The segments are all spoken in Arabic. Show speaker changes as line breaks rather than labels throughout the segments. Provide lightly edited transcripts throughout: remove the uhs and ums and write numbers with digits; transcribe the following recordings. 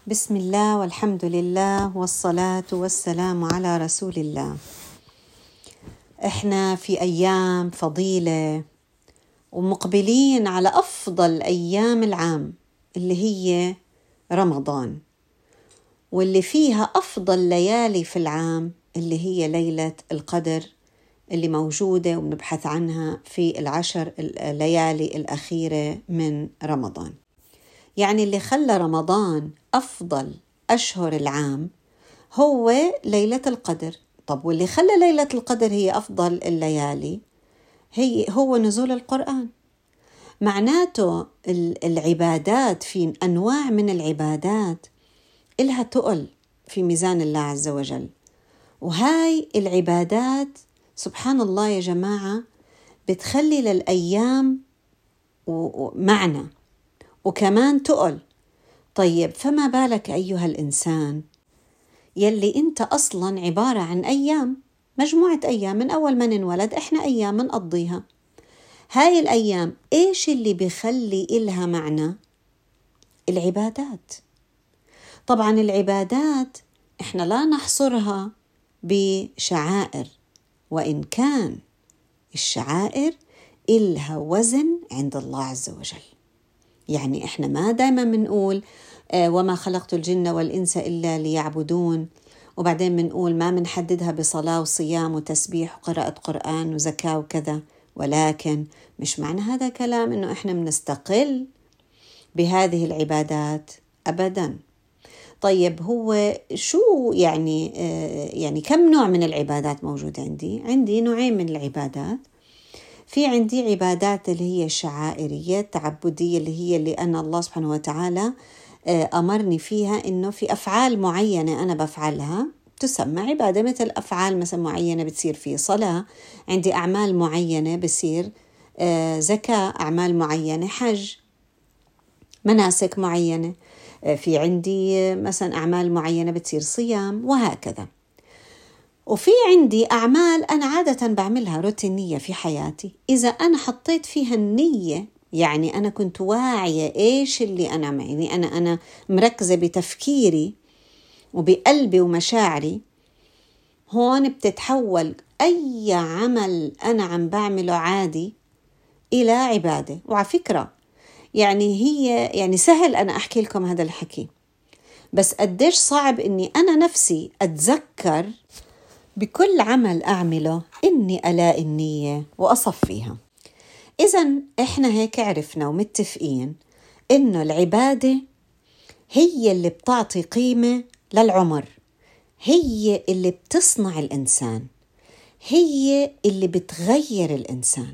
بسم الله والحمد لله والصلاة والسلام على رسول الله. احنا في أيام فضيلة ومقبلين على أفضل أيام العام اللي هي رمضان، واللي فيها أفضل ليالي في العام اللي هي ليلة القدر اللي موجودة وبنبحث عنها في 10 الليالي الأخيرة من رمضان. يعني اللي خلى رمضان أفضل أشهر العام هو ليلة القدر. طب واللي خلى ليلة القدر هي أفضل الليالي هو نزول القرآن. معناته العبادات، في أنواع من العبادات إلها تقل في ميزان الله عز وجل، وهاي العبادات سبحان الله يا جماعة بتخلي للأيام معنى وكمان تقل. طيب فما بالك أيها الإنسان يلي أنت أصلاً عبارة عن أيام، مجموعة أيام من أول ما ننولد إحنا أيام نقضيها. هاي الأيام إيش اللي بيخلي إلها معنى؟ العبادات. طبعاً العبادات إحنا لا نحصرها بشعائر، وإن كان الشعائر إلها وزن عند الله عز وجل. يعني إحنا ما دائما بنقول وما خلقت الجن والإنس إلا ليعبدون، وبعدين بنقول ما بنحددها بصلاة وصيام وتسبيح وقراءة قرآن وزكاة وكذا، ولكن مش معنى هذا كلام إنه إحنا بنستقل بهذه العبادات أبدا. طيب هو شو يعني كم نوع من العبادات موجود عندي نوعين من العبادات. في عندي عبادات اللي هي شعائرية تعبدية، اللي أنا الله سبحانه وتعالى أمرني فيها إنه في أفعال معينة أنا بفعلها تسمى عبادة، مثل أفعال مثلا معينة بتصير في صلاة، عندي أعمال معينة بصير زكاة، أعمال معينة حج، مناسك معينة، في عندي مثلا أعمال معينة بتصير صيام، وهكذا. وفي عندي أعمال أنا عادة بعملها روتينية في حياتي، إذا أنا حطيت فيها النية، يعني أنا كنت واعية إيش اللي أنا يعني أنا مركزة بتفكيري وبقلبي ومشاعري، هون بتتحول أي عمل أنا عم بعمله عادي إلى عبادة. وعلى فكرة يعني سهل أنا أحكي لكم هذا الحكي، بس قديش صعب إني أنا نفسي أتذكر بكل عمل أعمله إني ألاقي النية وأصفيها. إذن إحنا هيك عرفنا ومتفقين إنه العبادة هي اللي بتعطي قيمة للعمر، هي اللي بتصنع الإنسان، هي اللي بتغير الإنسان.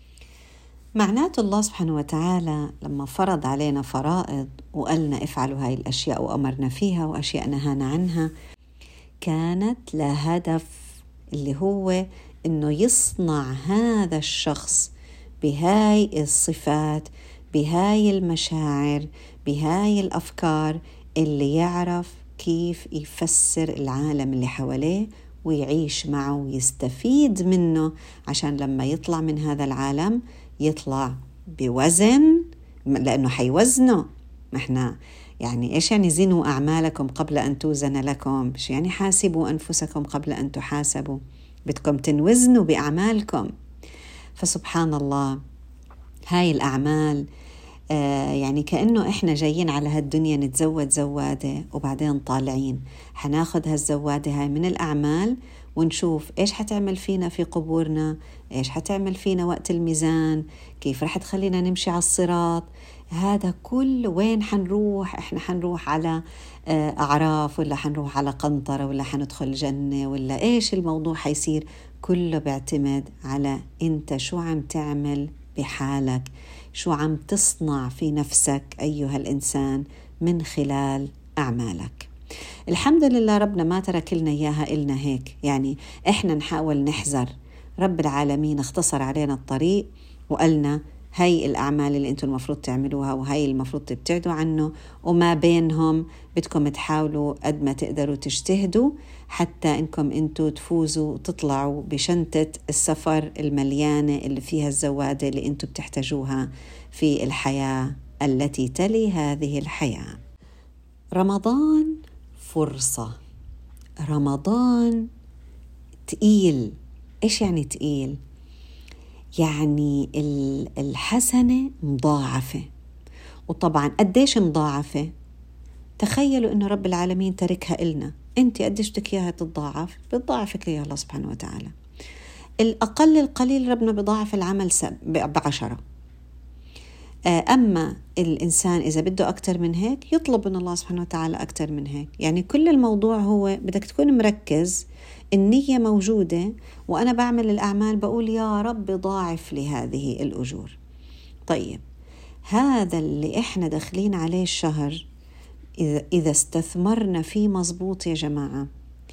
معناته الله سبحانه وتعالى لما فرض علينا فرائض وقالنا افعلوا هاي الأشياء وأمرنا فيها وأشياء نهانا عنها، كانت لها هدف، اللي هو إنه يصنع هذا الشخص بهاي الصفات، بهاي المشاعر، بهاي الأفكار، اللي يعرف كيف يفسر العالم اللي حواليه ويعيش معه ويستفيد منه، عشان لما يطلع من هذا العالم يطلع بوزن، لأنه حيوزنه. ما احنا يعني إيش يعني زنوا أعمالكم قبل أن توزن لكم؟ مش يعني حاسبوا أنفسكم قبل أن تحاسبوا، بدكم تنوزنوا بأعمالكم. فسبحان الله هاي الأعمال يعني كأنه إحنا جايين على هالدنيا نتزود زوادة وبعدين طالعين، حناخد هالزوادة هاي من الأعمال ونشوف إيش حتعمل فينا في قبورنا، إيش حتعمل فينا وقت الميزان، كيف رح تخلينا نمشي على الصراط. هذا كل وين حنروح؟ إحنا حنروح على أعراف، ولا حنروح على قنطرة، ولا حندخل جنة، ولا إيش الموضوع حيصير؟ كله بيعتمد على أنت شو عم تعمل بحالك، شو عم تصنع في نفسك أيها الإنسان من خلال أعمالك. الحمد لله ربنا ما ترك لنا إياها إلنا هيك، يعني إحنا نحاول نحذر. رب العالمين اختصر علينا الطريق وقالنا هاي الأعمال اللي أنتم المفروض تعملوها وهاي المفروض تبتعدوا عنه، وما بينهم بدكم تحاولوا قد ما تقدروا تجتهدوا حتى إنكم أنتم تفوزوا وتطلعوا بشنطة السفر المليانة اللي فيها الزوادة اللي أنتم بتحتاجوها في الحياة التي تلي هذه الحياة. رمضان فرصة. رمضان تقيل. إيش يعني تقيل؟ يعني الحسنة مضاعفة. وطبعا قديش مضاعفة؟ تخيلوا إنه رب العالمين تركها إلنا. أنت قديش بدك إياها تتضاعف؟ بتضاعفك إياها الله سبحانه وتعالى. الأقل القليل ربنا بضاعف العمل ب10. أما الإنسان إذا بده أكتر من هيك يطلب من الله سبحانه وتعالى أكتر من هيك. يعني كل الموضوع هو بدك تكون مركز، النية موجودة، وأنا بعمل الأعمال بقول يا رب ضاعف لي هذه الأجور. طيب هذا اللي إحنا داخلين عليه الشهر إذا استثمرنا فيه مزبوط يا جماعة،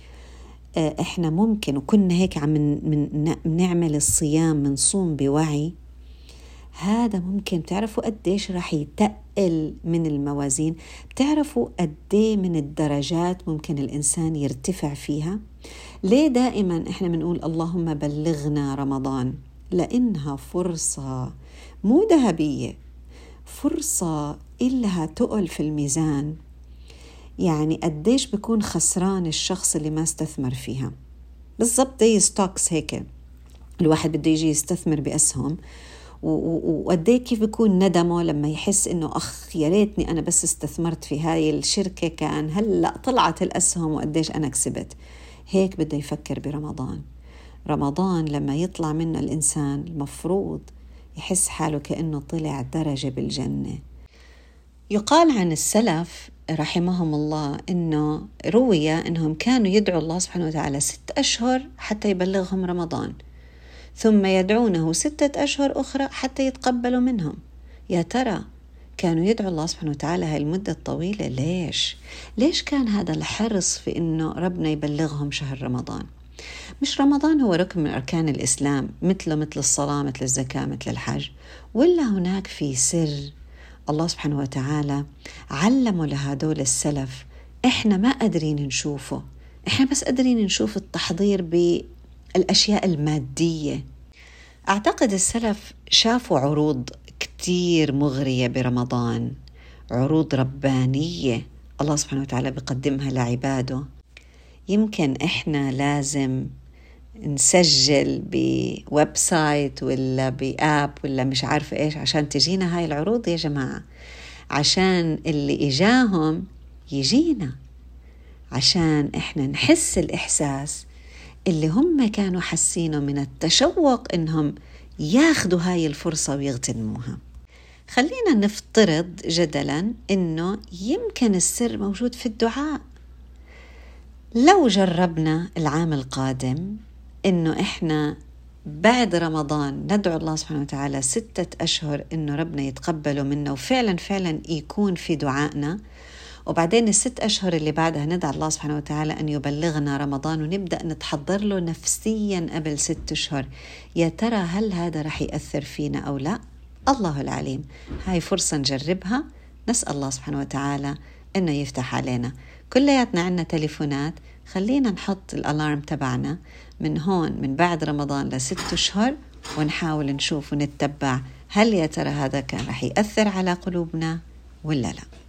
إحنا ممكن، وكنا هيك عم نعمل الصيام، من صوم بوعي، هذا ممكن تعرفوا قديش رح يتقل من الموازين. بتعرفوا قديه من الدرجات ممكن الإنسان يرتفع فيها. ليه دائما إحنا بنقول اللهم بلغنا رمضان؟ لأنها فرصة مو ذهبية، فرصة إلها تقل في الميزان. يعني قديش بيكون خسران الشخص اللي ما استثمر فيها. بالضبط زي ستوكس هيك، الواحد بده يجي يستثمر بأسهم، وقديه كيف بيكون ندمه لما يحس إنه أخ يا ريتني أنا بس استثمرت في هاي الشركة، كان هلأ طلعت الأسهم وقديش أنا كسبت. هيك بده يفكر برمضان. رمضان لما يطلع منه الإنسان المفروض يحس حاله كأنه طلع درجة بالجنة. يقال عن السلف رحمهم الله إنه روي إنهم كانوا يدعوا الله سبحانه وتعالى 6 أشهر حتى يبلغهم رمضان، ثم يدعونه 6 أشهر أخرى حتى يتقبلوا منهم. يا ترى كانوا يدعوا الله سبحانه وتعالى هاي المدة الطويلة ليش كان هذا الحرص في إنه ربنا يبلغهم شهر رمضان؟ مش رمضان هو ركن من أركان الإسلام مثل الصلاة، مثل الزكاة، مثل الحج، ولا هناك في سر الله سبحانه وتعالى علموا لهدول السلف إحنا ما قادرين نشوفه؟ إحنا بس قادرين نشوف التحضير بالأشياء المادية. أعتقد السلف شافوا عروض كتير مغرية برمضان، عروض ربانية الله سبحانه وتعالى بيقدمها لعباده. يمكن إحنا لازم نسجل بويب سايت ولا بآب ولا مش عارفة إيش عشان تجينا هاي العروض يا جماعة، عشان اللي إجاهم يجينا، عشان إحنا نحس الإحساس اللي هم كانوا حاسينه من التشوق إنهم ياخدوا هاي الفرصة ويغتنموها. خلينا نفترض جدلاً إنه يمكن السر موجود في الدعاء. لو جربنا العام القادم إنه إحنا بعد رمضان ندعو الله سبحانه وتعالى 6 أشهر إنه ربنا يتقبله منا، وفعلا يكون في دعائنا، وبعدين 6 أشهر اللي بعدها ندعو الله سبحانه وتعالى أن يبلغنا رمضان، ونبدأ نتحضر له نفسيا قبل 6 أشهر. يا ترى هل هذا رح يأثر فينا أو لا؟ الله العليم. هاي فرصة نجربها، نسأل الله سبحانه وتعالى إنه يفتح علينا. كلياتنا عنا تليفونات، خلينا نحط الألارم تبعنا من هون من بعد رمضان ل6 أشهر، ونحاول نشوف ونتبع هل يا ترى هذا كان رح يأثر على قلوبنا ولا لا.